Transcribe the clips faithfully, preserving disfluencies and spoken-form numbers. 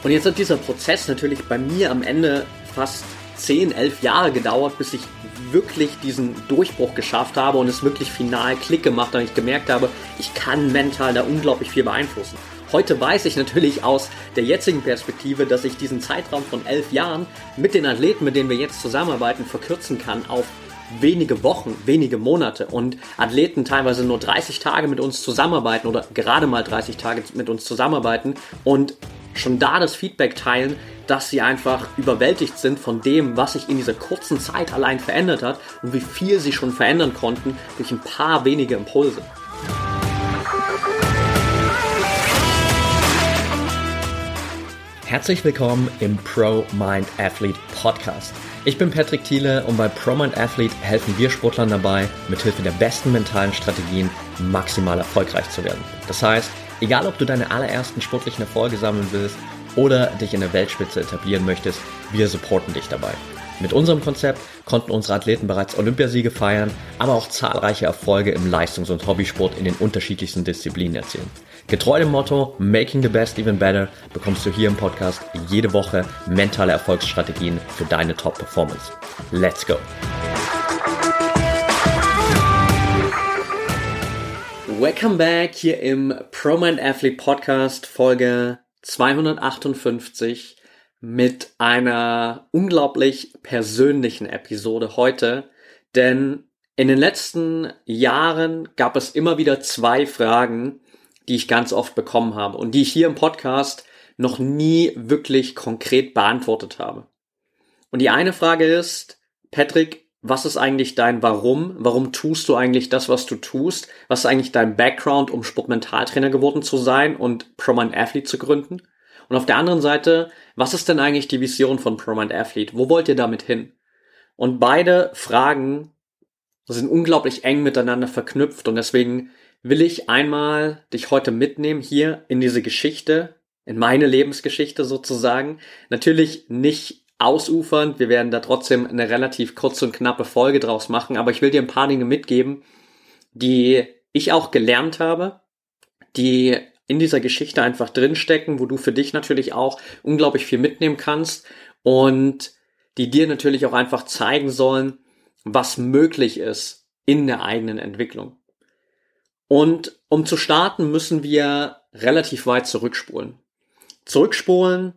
Und jetzt hat dieser Prozess natürlich bei mir am Ende fast zehn, elf Jahre gedauert, bis ich wirklich diesen Durchbruch geschafft habe und es wirklich final Klick gemacht hat und ich gemerkt habe, ich kann mental da unglaublich viel beeinflussen. Heute weiß ich natürlich aus der jetzigen Perspektive, dass ich diesen Zeitraum von elf Jahren mit den Athleten, mit denen wir jetzt zusammenarbeiten, verkürzen kann auf wenige Wochen, wenige Monate und Athleten teilweise nur dreißig Tage mit uns zusammenarbeiten oder gerade mal dreißig Tage mit uns zusammenarbeiten und schon da das Feedback teilen, dass sie einfach überwältigt sind von dem, was sich in dieser kurzen Zeit allein verändert hat und wie viel sie schon verändern konnten durch ein paar wenige Impulse. Herzlich willkommen im Pro Mind Athlete Podcast. Ich bin Patrick Thiele und bei Pro Mind Athlete helfen wir Sportlern dabei, mithilfe der besten mentalen Strategien maximal erfolgreich zu werden. Das heißt, egal ob du deine allerersten sportlichen Erfolge sammeln willst oder dich in der Weltspitze etablieren möchtest, wir supporten dich dabei. Mit unserem Konzept konnten unsere Athleten bereits Olympiasiege feiern, aber auch zahlreiche Erfolge im Leistungs- und Hobbysport in den unterschiedlichsten Disziplinen erzielen. Getreu dem Motto Making the Best Even Better bekommst du hier im Podcast jede Woche mentale Erfolgsstrategien für deine Top-Performance. Let's go! Welcome back hier im Pro Mind Athlete Podcast Folge zweihundertachtundfünfzig mit einer unglaublich persönlichen Episode heute, denn in den letzten Jahren gab es immer wieder zwei Fragen, die ich ganz oft bekommen habe und die ich hier im Podcast noch nie wirklich konkret beantwortet habe. Und die eine Frage ist, Patrick, was ist eigentlich dein Warum? Warum tust du eigentlich das, was du tust? Was ist eigentlich dein Background, um Sportmentaltrainer geworden zu sein und Pro Mind Athlete zu gründen? Und auf der anderen Seite, was ist denn eigentlich die Vision von Pro Mind Athlete? Wo wollt ihr damit hin? Und beide Fragen sind unglaublich eng miteinander verknüpft und deswegen will ich einmal dich heute mitnehmen hier in diese Geschichte, in meine Lebensgeschichte sozusagen. Natürlich nicht ausufernd, wir werden da trotzdem eine relativ kurze und knappe Folge draus machen, aber ich will dir ein paar Dinge mitgeben, die ich auch gelernt habe, die in dieser Geschichte einfach drinstecken, wo du für dich natürlich auch unglaublich viel mitnehmen kannst und die dir natürlich auch einfach zeigen sollen, was möglich ist in der eigenen Entwicklung. Und um zu starten, müssen wir relativ weit zurückspulen. Zurückspulen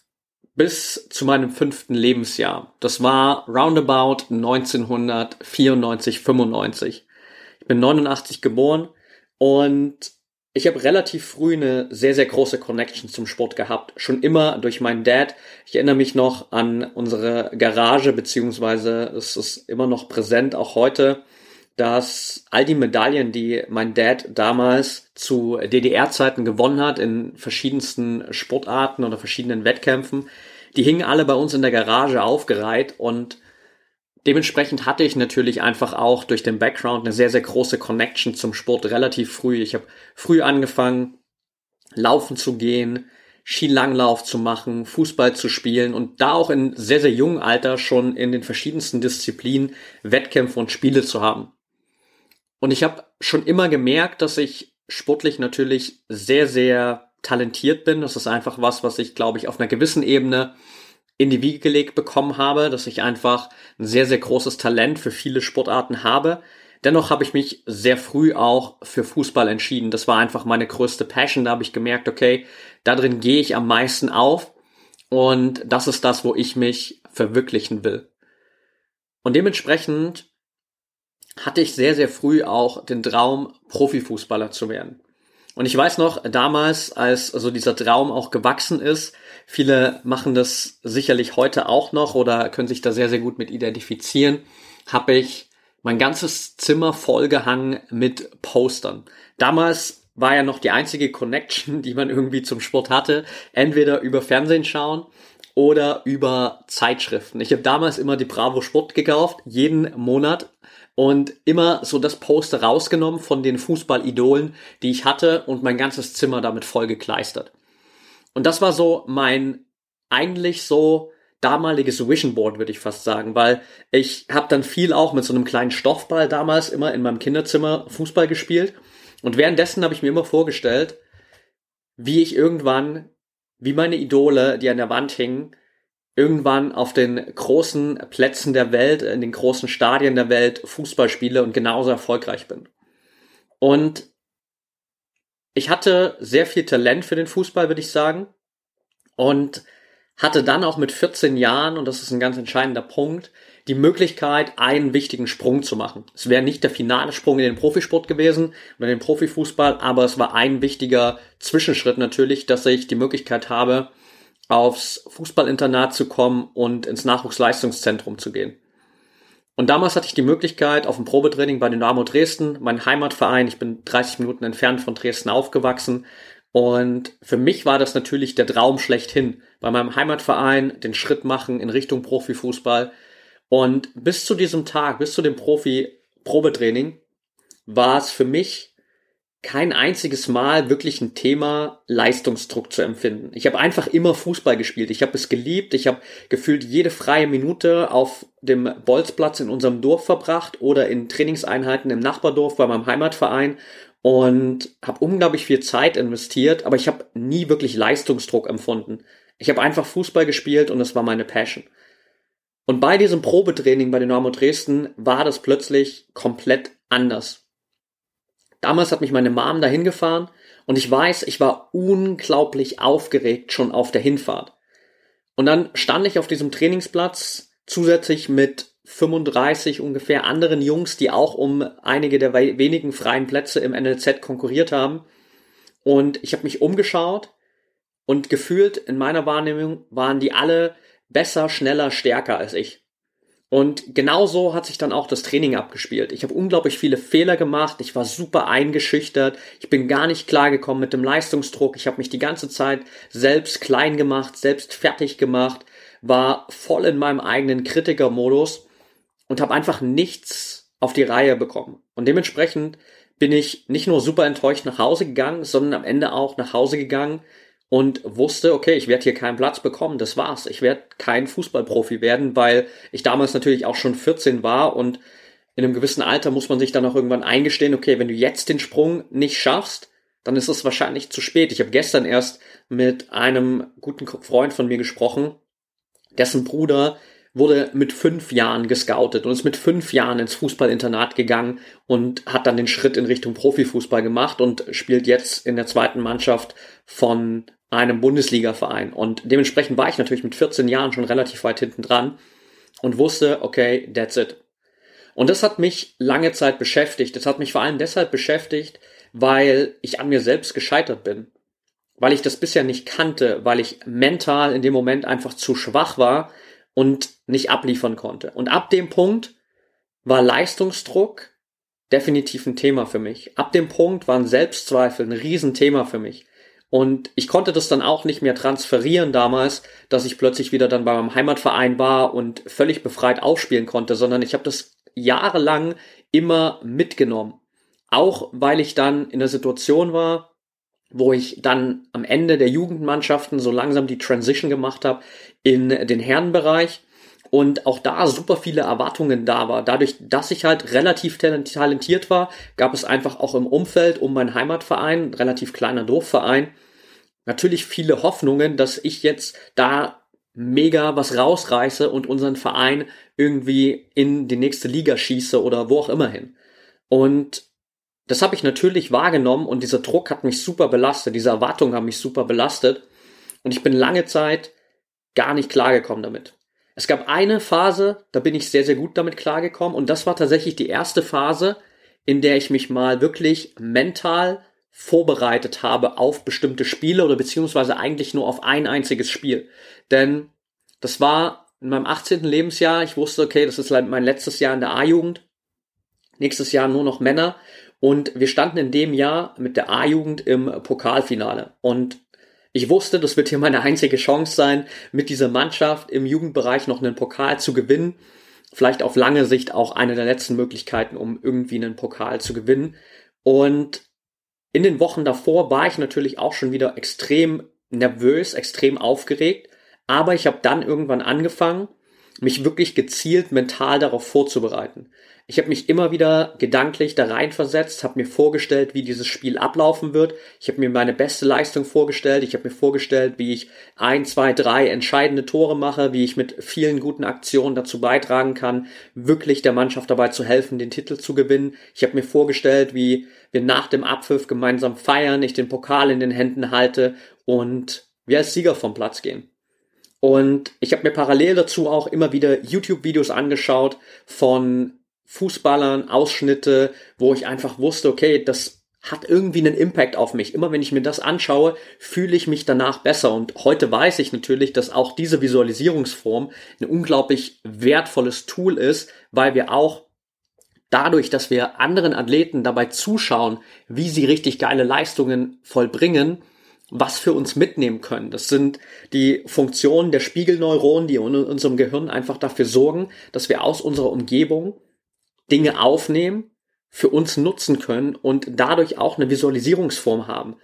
bis zu meinem fünften Lebensjahr. Das war roundabout neunzehnhundertvierundneunzig, fünfundneunzig. Ich bin neunundachtzig geboren und ich habe relativ früh eine sehr, sehr große Connection zum Sport gehabt. Schon immer durch meinen Dad. Ich erinnere mich noch an unsere Garage, beziehungsweise es ist immer noch präsent, auch heute, dass all die Medaillen, die mein Dad damals zu D D R-Zeiten gewonnen hat, in verschiedensten Sportarten oder verschiedenen Wettkämpfen, die hingen alle bei uns in der Garage aufgereiht und dementsprechend hatte ich natürlich einfach auch durch den Background eine sehr, sehr große Connection zum Sport relativ früh. Ich habe früh angefangen, laufen zu gehen, Skilanglauf zu machen, Fußball zu spielen und da auch in sehr, sehr jungem Alter schon in den verschiedensten Disziplinen Wettkämpfe und Spiele zu haben. Und ich habe schon immer gemerkt, dass ich sportlich natürlich sehr, sehr talentiert bin. Das ist einfach was, was ich, glaube ich, auf einer gewissen Ebene in die Wiege gelegt bekommen habe, dass ich einfach ein sehr, sehr großes Talent für viele Sportarten habe. Dennoch habe ich mich sehr früh auch für Fußball entschieden. Das war einfach meine größte Passion. Da habe ich gemerkt, okay, da drin gehe ich am meisten auf und das ist das, wo ich mich verwirklichen will. Und dementsprechend hatte ich sehr, sehr früh auch den Traum, Profifußballer zu werden. Und ich weiß noch, damals, als so dieser Traum auch gewachsen ist, viele machen das sicherlich heute auch noch oder können sich da sehr, sehr gut mit identifizieren, habe ich mein ganzes Zimmer vollgehangen mit Postern. Damals war ja noch die einzige Connection, die man irgendwie zum Sport hatte, entweder über Fernsehen schauen oder über Zeitschriften. Ich habe damals immer die Bravo Sport gekauft, jeden Monat, und immer so das Poster rausgenommen von den Fußballidolen, die ich hatte und mein ganzes Zimmer damit voll gekleistert. Und das war so mein eigentlich so damaliges Vision Board, würde ich fast sagen, weil ich habe dann viel auch mit so einem kleinen Stoffball damals immer in meinem Kinderzimmer Fußball gespielt und währenddessen habe ich mir immer vorgestellt, wie ich irgendwann wie meine Idole, die an der Wand hingen, irgendwann auf den großen Plätzen der Welt, in den großen Stadien der Welt Fußball spiele und genauso erfolgreich bin. Und ich hatte sehr viel Talent für den Fußball, würde ich sagen. Und hatte dann auch mit vierzehn Jahren, und das ist ein ganz entscheidender Punkt, die Möglichkeit, einen wichtigen Sprung zu machen. Es wäre nicht der finale Sprung in den Profisport gewesen oder in den Profifußball, aber es war ein wichtiger Zwischenschritt natürlich, dass ich die Möglichkeit habe, aufs Fußballinternat zu kommen und ins Nachwuchsleistungszentrum zu gehen. Und damals hatte ich die Möglichkeit auf dem Probetraining bei Dynamo Dresden, mein Heimatverein, ich bin dreißig Minuten entfernt von Dresden aufgewachsen, und für mich war das natürlich der Traum schlechthin, bei meinem Heimatverein den Schritt machen in Richtung Profifußball. Und bis zu diesem Tag, bis zu dem Profi-Probetraining, war es für mich kein einziges Mal wirklich ein Thema, Leistungsdruck zu empfinden. Ich habe einfach immer Fußball gespielt. Ich habe es geliebt. Ich habe gefühlt jede freie Minute auf dem Bolzplatz in unserem Dorf verbracht oder in Trainingseinheiten im Nachbardorf bei meinem Heimatverein und habe unglaublich viel Zeit investiert, aber ich habe nie wirklich Leistungsdruck empfunden. Ich habe einfach Fußball gespielt und das war meine Passion. Und bei diesem Probetraining bei Dynamo Dresden war das plötzlich komplett anders. Damals hat mich meine Mom dahin gefahren und ich weiß, ich war unglaublich aufgeregt schon auf der Hinfahrt. Und dann stand ich auf diesem Trainingsplatz zusätzlich mit fünfunddreißig ungefähr anderen Jungs, die auch um einige der wenigen freien Plätze im N L Z konkurriert haben. Und ich habe mich umgeschaut und gefühlt in meiner Wahrnehmung waren die alle besser, schneller, stärker als ich. Und genauso hat sich dann auch das Training abgespielt. Ich habe unglaublich viele Fehler gemacht, ich war super eingeschüchtert, ich bin gar nicht klargekommen mit dem Leistungsdruck, ich habe mich die ganze Zeit selbst klein gemacht, selbst fertig gemacht, war voll in meinem eigenen Kritikermodus und habe einfach nichts auf die Reihe bekommen. Und dementsprechend bin ich nicht nur super enttäuscht nach Hause gegangen, sondern am Ende auch nach Hause gegangen und wusste, okay, ich werde hier keinen Platz bekommen, das war's. Ich werde kein Fußballprofi werden, weil ich damals natürlich auch schon vierzehn war und in einem gewissen Alter muss man sich dann auch irgendwann eingestehen, okay, wenn du jetzt den Sprung nicht schaffst, dann ist es wahrscheinlich zu spät. Ich habe gestern erst mit einem guten Freund von mir gesprochen, dessen Bruder wurde mit fünf Jahren gescoutet und ist mit fünf Jahren ins Fußballinternat gegangen und hat dann den Schritt in Richtung Profifußball gemacht und spielt jetzt in der zweiten Mannschaft von einem Bundesliga-Verein. Und dementsprechend war ich natürlich mit vierzehn Jahren schon relativ weit hinten dran und wusste, okay, that's it. Und das hat mich lange Zeit beschäftigt. Das hat mich vor allem deshalb beschäftigt, weil ich an mir selbst gescheitert bin. Weil ich das bisher nicht kannte, weil ich mental in dem Moment einfach zu schwach war und nicht abliefern konnte. Und ab dem Punkt war Leistungsdruck definitiv ein Thema für mich. Ab dem Punkt waren Selbstzweifel ein Riesenthema für mich. Und ich konnte das dann auch nicht mehr transferieren damals, dass ich plötzlich wieder dann bei meinem Heimatverein war und völlig befreit aufspielen konnte, sondern ich habe das jahrelang immer mitgenommen. Auch weil ich dann in der Situation war, wo ich dann am Ende der Jugendmannschaften so langsam die Transition gemacht habe in den Herrenbereich und auch da super viele Erwartungen da war. Dadurch, dass ich halt relativ talentiert war, gab es einfach auch im Umfeld um meinen Heimatverein, relativ kleiner Dorfverein, natürlich viele Hoffnungen, dass ich jetzt da mega was rausreiße und unseren Verein irgendwie in die nächste Liga schieße oder wo auch immer hin. Und das habe ich natürlich wahrgenommen und dieser Druck hat mich super belastet, diese Erwartungen haben mich super belastet und ich bin lange Zeit gar nicht klargekommen damit. Es gab eine Phase, da bin ich sehr, sehr gut damit klargekommen und das war tatsächlich die erste Phase, in der ich mich mal wirklich mental vorbereitet habe auf bestimmte Spiele oder beziehungsweise eigentlich nur auf ein einziges Spiel. Denn das war in meinem achtzehnten Lebensjahr, ich wusste, okay, das ist mein letztes Jahr in der A-Jugend, nächstes Jahr nur noch Männer. Und wir standen in dem Jahr mit der A-Jugend im Pokalfinale. Und ich wusste, das wird hier meine einzige Chance sein, mit dieser Mannschaft im Jugendbereich noch einen Pokal zu gewinnen. Vielleicht auf lange Sicht auch eine der letzten Möglichkeiten, um irgendwie einen Pokal zu gewinnen. Und in den Wochen davor war ich natürlich auch schon wieder extrem nervös, extrem aufgeregt. Aber ich habe dann irgendwann angefangen, mich wirklich gezielt mental darauf vorzubereiten. Ich habe mich immer wieder gedanklich da reinversetzt, habe mir vorgestellt, wie dieses Spiel ablaufen wird. Ich habe mir meine beste Leistung vorgestellt. Ich habe mir vorgestellt, wie ich ein, zwei, drei entscheidende Tore mache, wie ich mit vielen guten Aktionen dazu beitragen kann, wirklich der Mannschaft dabei zu helfen, den Titel zu gewinnen. Ich habe mir vorgestellt, wie wir nach dem Abpfiff gemeinsam feiern, ich den Pokal in den Händen halte und wir als Sieger vom Platz gehen. Und ich habe mir parallel dazu auch immer wieder YouTube-Videos angeschaut von Fußballern, Ausschnitte, wo ich einfach wusste, okay, das hat irgendwie einen Impact auf mich. Immer wenn ich mir das anschaue, fühle ich mich danach besser. Und heute weiß ich natürlich, dass auch diese Visualisierungsform ein unglaublich wertvolles Tool ist, weil wir auch dadurch, dass wir anderen Athleten dabei zuschauen, wie sie richtig geile Leistungen vollbringen, was für uns mitnehmen können. Das sind die Funktionen der Spiegelneuronen, die in unserem Gehirn einfach dafür sorgen, dass wir aus unserer Umgebung Dinge aufnehmen, für uns nutzen können und dadurch auch eine Visualisierungsform haben.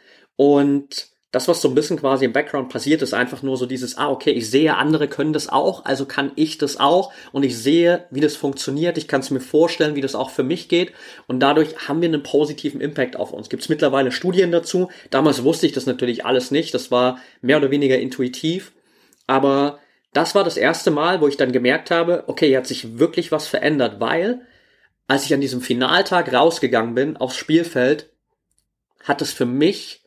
Und das, was so ein bisschen quasi im Background passiert, ist einfach nur so dieses, ah, okay, ich sehe, andere können das auch, also kann ich das auch und ich sehe, wie das funktioniert, ich kann es mir vorstellen, wie das auch für mich geht und dadurch haben wir einen positiven Impact auf uns. Gibt es mittlerweile Studien dazu? Damals wusste ich das natürlich alles nicht, das war mehr oder weniger intuitiv, aber das war das erste Mal, wo ich dann gemerkt habe, okay, hier hat sich wirklich was verändert, weil als ich an diesem Finaltag rausgegangen bin aufs Spielfeld, hat es für mich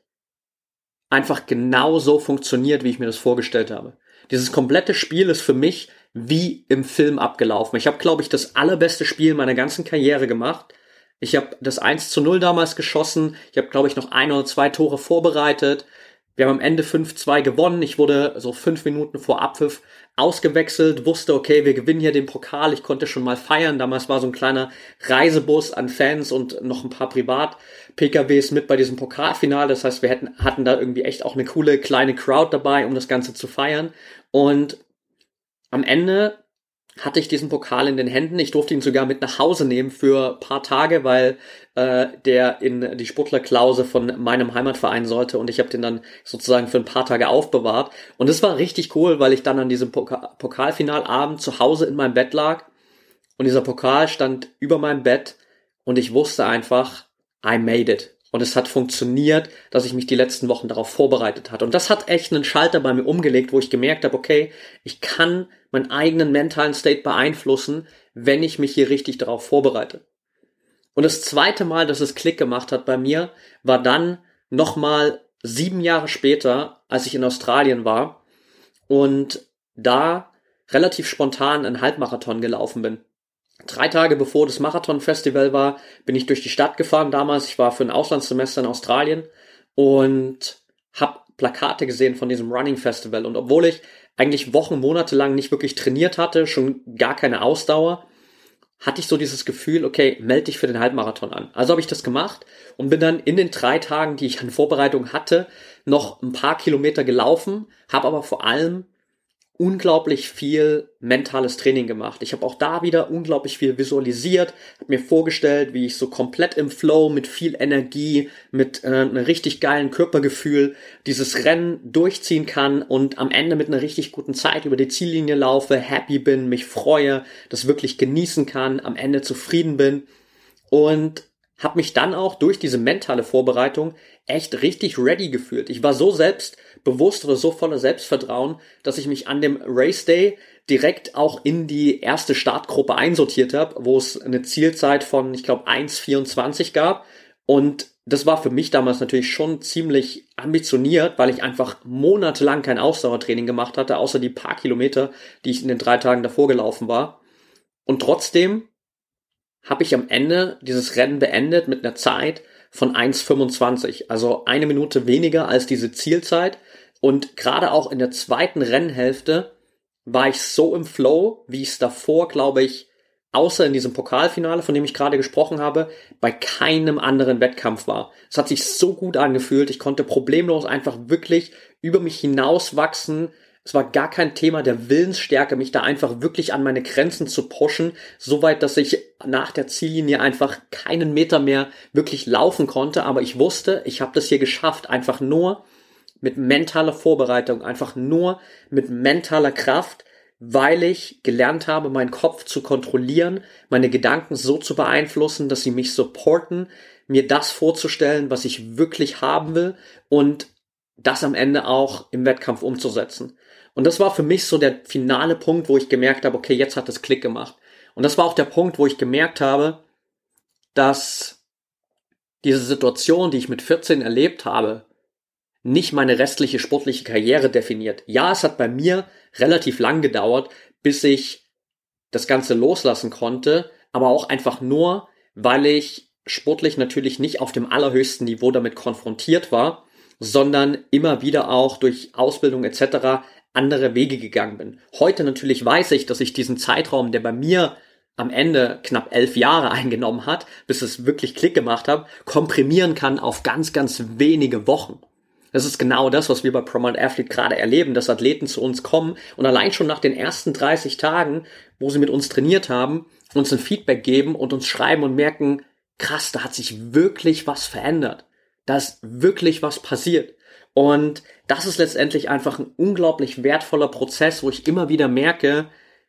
einfach genau so funktioniert, wie ich mir das vorgestellt habe. Dieses komplette Spiel ist für mich wie im Film abgelaufen. Ich habe, glaube ich, das allerbeste Spiel meiner ganzen Karriere gemacht. Ich habe das eins zu null damals geschossen. Ich habe, glaube ich, noch ein oder zwei Tore vorbereitet. Wir haben am Ende fünf zwei gewonnen. Ich wurde so fünf Minuten vor Abpfiff ausgewechselt, wusste, okay, wir gewinnen hier den Pokal. Ich konnte schon mal feiern. Damals war so ein kleiner Reisebus an Fans und noch ein paar Privat-P K Ws mit bei diesem Pokalfinale. Das heißt, wir hätten, hatten da irgendwie echt auch eine coole kleine Crowd dabei, um das Ganze zu feiern. Und am Ende hatte ich diesen Pokal in den Händen. Ich durfte ihn sogar mit nach Hause nehmen für ein paar Tage, weil äh, der in die Sportlerklause von meinem Heimatverein sollte und ich habe den dann sozusagen für ein paar Tage aufbewahrt. Und es war richtig cool, weil ich dann an diesem Poka- Pokalfinalabend zu Hause in meinem Bett lag und dieser Pokal stand über meinem Bett und ich wusste einfach, I made it. Und es hat funktioniert, dass ich mich die letzten Wochen darauf vorbereitet hatte. Und das hat echt einen Schalter bei mir umgelegt, wo ich gemerkt habe, okay, ich kann meinen eigenen mentalen State beeinflussen, wenn ich mich hier richtig darauf vorbereite. Und das zweite Mal, dass es Klick gemacht hat bei mir, war dann nochmal sieben Jahre später, als ich in Australien war und da relativ spontan einen Halbmarathon gelaufen bin. Drei Tage bevor das Marathon-Festival war, bin ich durch die Stadt gefahren damals. Ich war für ein Auslandssemester in Australien und habe Plakate gesehen von diesem Running Festival. Und obwohl ich eigentlich Wochen, Monate lang nicht wirklich trainiert hatte, schon gar keine Ausdauer, hatte ich so dieses Gefühl, okay, melde dich für den Halbmarathon an. Also habe ich das gemacht und bin dann in den drei Tagen, die ich an Vorbereitung hatte, noch ein paar Kilometer gelaufen, habe aber vor allem unglaublich viel mentales Training gemacht. Ich habe auch da wieder unglaublich viel visualisiert, habe mir vorgestellt, wie ich so komplett im Flow mit viel Energie, mit äh, einem richtig geilen Körpergefühl dieses Rennen durchziehen kann und am Ende mit einer richtig guten Zeit über die Ziellinie laufe, happy bin, mich freue, das wirklich genießen kann, am Ende zufrieden bin und habe mich dann auch durch diese mentale Vorbereitung echt richtig ready gefühlt. Ich war so selbstbewusst oder so voller Selbstvertrauen, dass ich mich an dem Race Day direkt auch in die erste Startgruppe einsortiert habe, wo es eine Zielzeit von, ich glaube, eins vierundzwanzig gab. Und das war für mich damals natürlich schon ziemlich ambitioniert, weil ich einfach monatelang kein Ausdauertraining gemacht hatte, außer die paar Kilometer, die ich in den drei Tagen davor gelaufen war. Und trotzdem habe ich am Ende dieses Rennen beendet mit einer Zeit von eins fünfundzwanzig, also eine Minute weniger als diese Zielzeit. Und gerade auch in der zweiten Rennhälfte war ich so im Flow, wie ich es davor, glaube ich, außer in diesem Pokalfinale, von dem ich gerade gesprochen habe, bei keinem anderen Wettkampf war. Es hat sich so gut angefühlt, ich konnte problemlos einfach wirklich über mich hinauswachsen. Es war gar kein Thema der Willensstärke, mich da einfach wirklich an meine Grenzen zu pushen, soweit, dass ich nach der Ziellinie einfach keinen Meter mehr wirklich laufen konnte. Aber ich wusste, ich habe das hier geschafft, einfach nur mit mentaler Vorbereitung, einfach nur mit mentaler Kraft weil ich gelernt habe, meinen Kopf zu kontrollieren, meine Gedanken so zu beeinflussen, dass sie mich supporten, mir das vorzustellen, was ich wirklich haben will und das am Ende auch im Wettkampf umzusetzen. Und das war für mich so der finale Punkt, wo ich gemerkt habe, okay, jetzt hat es Klick gemacht. Und das war auch der Punkt, wo ich gemerkt habe, dass diese Situation, die ich mit vierzehn erlebt habe, nicht meine restliche sportliche Karriere definiert. Ja, es hat bei mir relativ lang gedauert, bis ich das Ganze loslassen konnte, aber auch einfach nur, weil ich sportlich natürlich nicht auf dem allerhöchsten Niveau damit konfrontiert war, sondern immer wieder auch durch Ausbildung et cetera andere Wege gegangen bin. Heute natürlich weiß ich, dass ich diesen Zeitraum, der bei mir am Ende knapp elf Jahre eingenommen hat, bis es wirklich Klick gemacht hat, komprimieren kann auf ganz, ganz wenige Wochen. Das ist genau das, was wir bei Prominent Athlete gerade erleben, dass Athleten zu uns kommen und allein schon nach den ersten dreißig Tagen, wo sie mit uns trainiert haben, uns ein Feedback geben und uns schreiben und merken, krass, da hat sich wirklich was verändert. Da ist wirklich was passiert. Und das ist letztendlich einfach ein unglaublich wertvoller Prozess, wo ich immer wieder merke,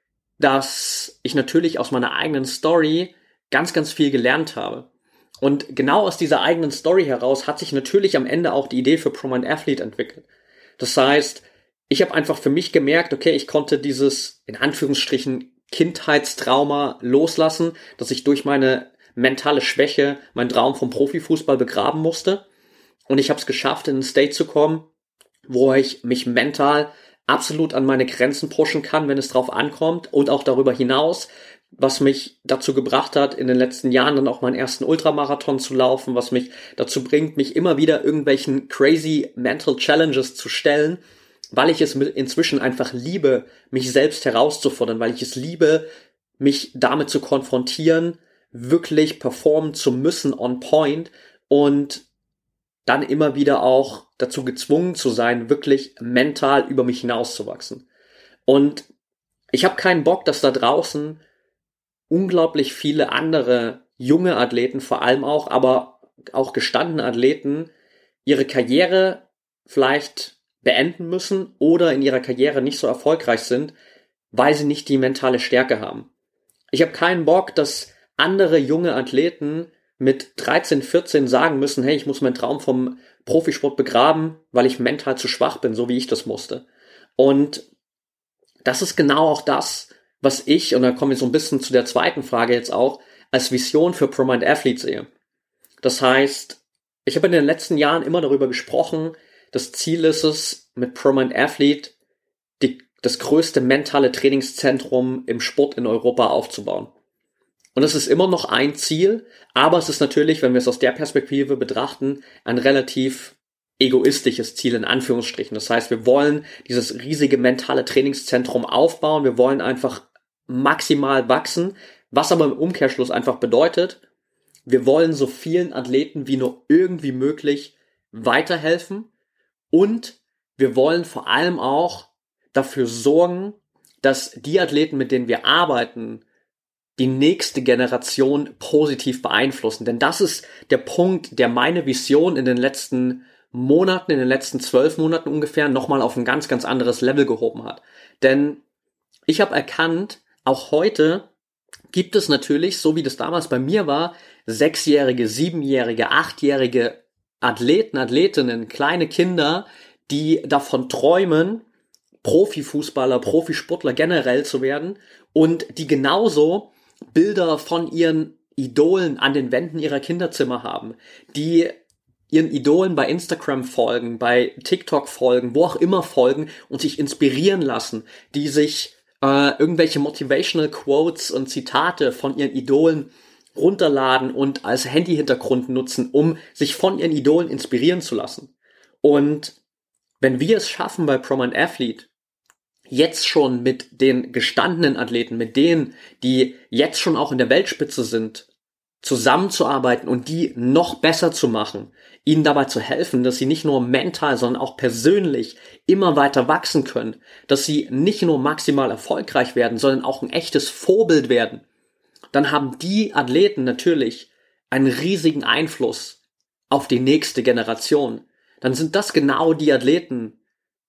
dass ich natürlich aus meiner eigenen Story ganz, ganz viel gelernt habe. Und genau aus dieser eigenen Story heraus hat sich natürlich am Ende auch die Idee für Prominent Athlete entwickelt. Das heißt, ich habe einfach für mich gemerkt, okay, ich konnte dieses, in Anführungsstrichen, Kindheitstrauma loslassen, dass ich durch meine mentale Schwäche meinen Traum vom Profifußball begraben musste. Und ich habe es geschafft, in einen State zu kommen, wo ich mich mental absolut an meine Grenzen pushen kann, wenn es drauf ankommt und auch darüber hinaus, was mich dazu gebracht hat, in den letzten Jahren dann auch meinen ersten Ultramarathon zu laufen, was mich dazu bringt, mich immer wieder irgendwelchen crazy mental challenges zu stellen, weil ich es inzwischen einfach liebe, mich selbst herauszufordern, weil ich es liebe, mich damit zu konfrontieren, wirklich performen zu müssen on point und dann immer wieder auch dazu gezwungen zu sein, wirklich mental über mich hinauszuwachsen. Und ich habe keinen Bock, dass da draußen unglaublich viele andere junge Athleten vor allem auch, aber auch gestandene Athleten ihre Karriere vielleicht beenden müssen oder in ihrer Karriere nicht so erfolgreich sind, weil sie nicht die mentale Stärke haben. Ich habe keinen Bock, dass andere junge Athleten mit dreizehn, vierzehn sagen müssen, hey, ich muss meinen Traum vom Profisport begraben, weil ich mental zu schwach bin, so wie ich das musste. Und das ist genau auch das, was ich, und da kommen wir so ein bisschen zu der zweiten Frage jetzt auch, als Vision für Prominent Athlete sehe. Das heißt, ich habe in den letzten Jahren immer darüber gesprochen, das Ziel ist es, mit Prominent Athlete die, das größte mentale Trainingszentrum im Sport in Europa aufzubauen. Und es ist immer noch ein Ziel, aber es ist natürlich, wenn wir es aus der Perspektive betrachten, ein relativ egoistisches Ziel in Anführungsstrichen. Das heißt, wir wollen dieses riesige mentale Trainingszentrum aufbauen, wir wollen einfach maximal wachsen, was aber im Umkehrschluss einfach bedeutet, wir wollen so vielen Athleten wie nur irgendwie möglich weiterhelfen und wir wollen vor allem auch dafür sorgen, dass die Athleten, mit denen wir arbeiten, die nächste Generation positiv beeinflussen. Denn das ist der Punkt, der meine Vision in den letzten Monaten, in den letzten zwölf Monaten ungefähr nochmal auf ein ganz, ganz anderes Level gehoben hat. Denn ich habe erkannt, auch heute gibt es natürlich, so wie das damals bei mir war, sechsjährige, siebenjährige, achtjährige Athleten, Athletinnen, kleine Kinder, die davon träumen, Profifußballer, Profisportler generell zu werden und die genauso Bilder von ihren Idolen an den Wänden ihrer Kinderzimmer haben, die ihren Idolen bei Instagram folgen, bei TikTok folgen, wo auch immer folgen und sich inspirieren lassen, die sich äh, irgendwelche Motivational Quotes und Zitate von ihren Idolen runterladen und als Handy-Hintergrund nutzen, um sich von ihren Idolen inspirieren zu lassen. Und wenn wir es schaffen bei Prominent Athlete, jetzt schon mit den gestandenen Athleten, mit denen, die jetzt schon auch in der Weltspitze sind, zusammenzuarbeiten und die noch besser zu machen, ihnen dabei zu helfen, dass sie nicht nur mental, sondern auch persönlich immer weiter wachsen können, dass sie nicht nur maximal erfolgreich werden, sondern auch ein echtes Vorbild werden, dann haben die Athleten natürlich einen riesigen Einfluss auf die nächste Generation. Dann sind das genau die Athleten,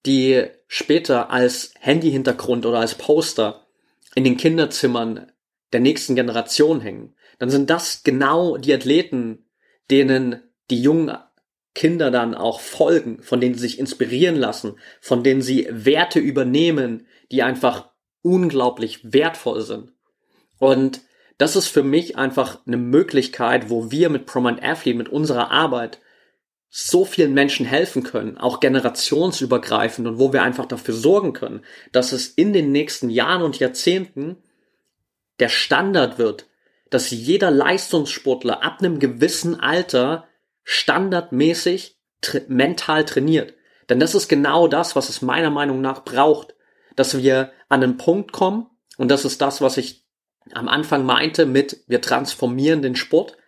die später als Handyhintergrund oder als Poster in den Kinderzimmern der nächsten Generation hängen, dann sind das genau die Athleten, denen die jungen Kinder dann auch folgen, von denen sie sich inspirieren lassen, von denen sie Werte übernehmen, die einfach unglaublich wertvoll sind. Und das ist für mich einfach eine Möglichkeit, wo wir mit ProMind Athlete, mit unserer Arbeit so vielen Menschen helfen können, auch generationsübergreifend, und wo wir einfach dafür sorgen können, dass es in den nächsten Jahren und Jahrzehnten der Standard wird, dass jeder Leistungssportler ab einem gewissen Alter standardmäßig tra- mental trainiert. Denn das ist genau das, was es meiner Meinung nach braucht, dass wir an einen Punkt kommen, und das ist das, was ich am Anfang meinte mit, wir transformieren den Sport,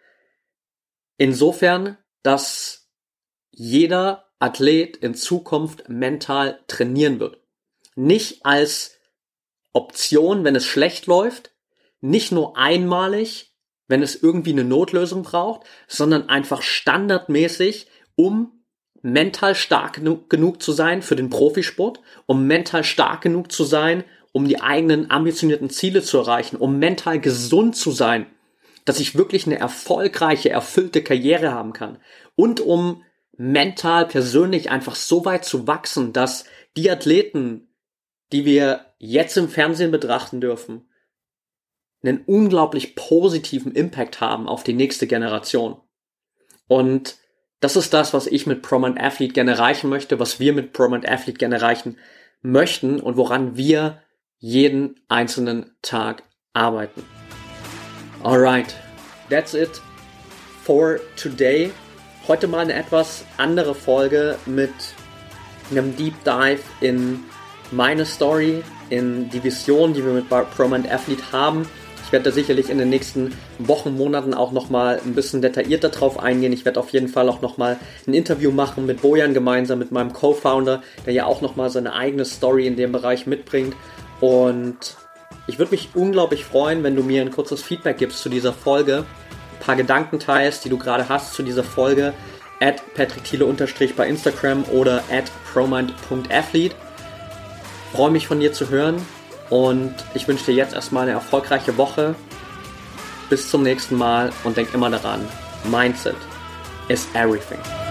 insofern, dass jeder Athlet in Zukunft mental trainieren wird. Nicht als Option, wenn es schlecht läuft, nicht nur einmalig, wenn es irgendwie eine Notlösung braucht, sondern einfach standardmäßig, um mental stark genug, genug zu sein für den Profisport, um mental stark genug zu sein, um die eigenen ambitionierten Ziele zu erreichen, um mental gesund zu sein, dass ich wirklich eine erfolgreiche, erfüllte Karriere haben kann, und um mental persönlich einfach so weit zu wachsen, dass die Athleten, die wir jetzt im Fernsehen betrachten dürfen, einen unglaublich positiven Impact haben auf die nächste Generation. Und das ist das, was ich mit ProMind Athlete gerne erreichen möchte, was wir mit ProMind Athlete gerne erreichen möchten und woran wir jeden einzelnen Tag arbeiten. Alright, that's it for today. Heute mal eine etwas andere Folge mit einem Deep Dive in meine Story, in die Vision, die wir mit ProMind Athlete haben. Ich werde da sicherlich in den nächsten Wochen, Monaten auch nochmal ein bisschen detaillierter drauf eingehen. Ich werde auf jeden Fall auch nochmal ein Interview machen mit Bojan gemeinsam, mit meinem Co-Founder, der ja auch nochmal seine eigene Story in dem Bereich mitbringt. Und ich würde mich unglaublich freuen, wenn du mir ein kurzes Feedback gibst zu dieser Folge, ein paar Gedanken teilst, die du gerade hast zu dieser Folge, at patrick thiele unterstrich bei Instagram oder at promind punkt athlete. Freue mich von dir zu hören. Und ich wünsche dir jetzt erstmal eine erfolgreiche Woche. Bis zum nächsten Mal und denk immer daran, Mindset is everything.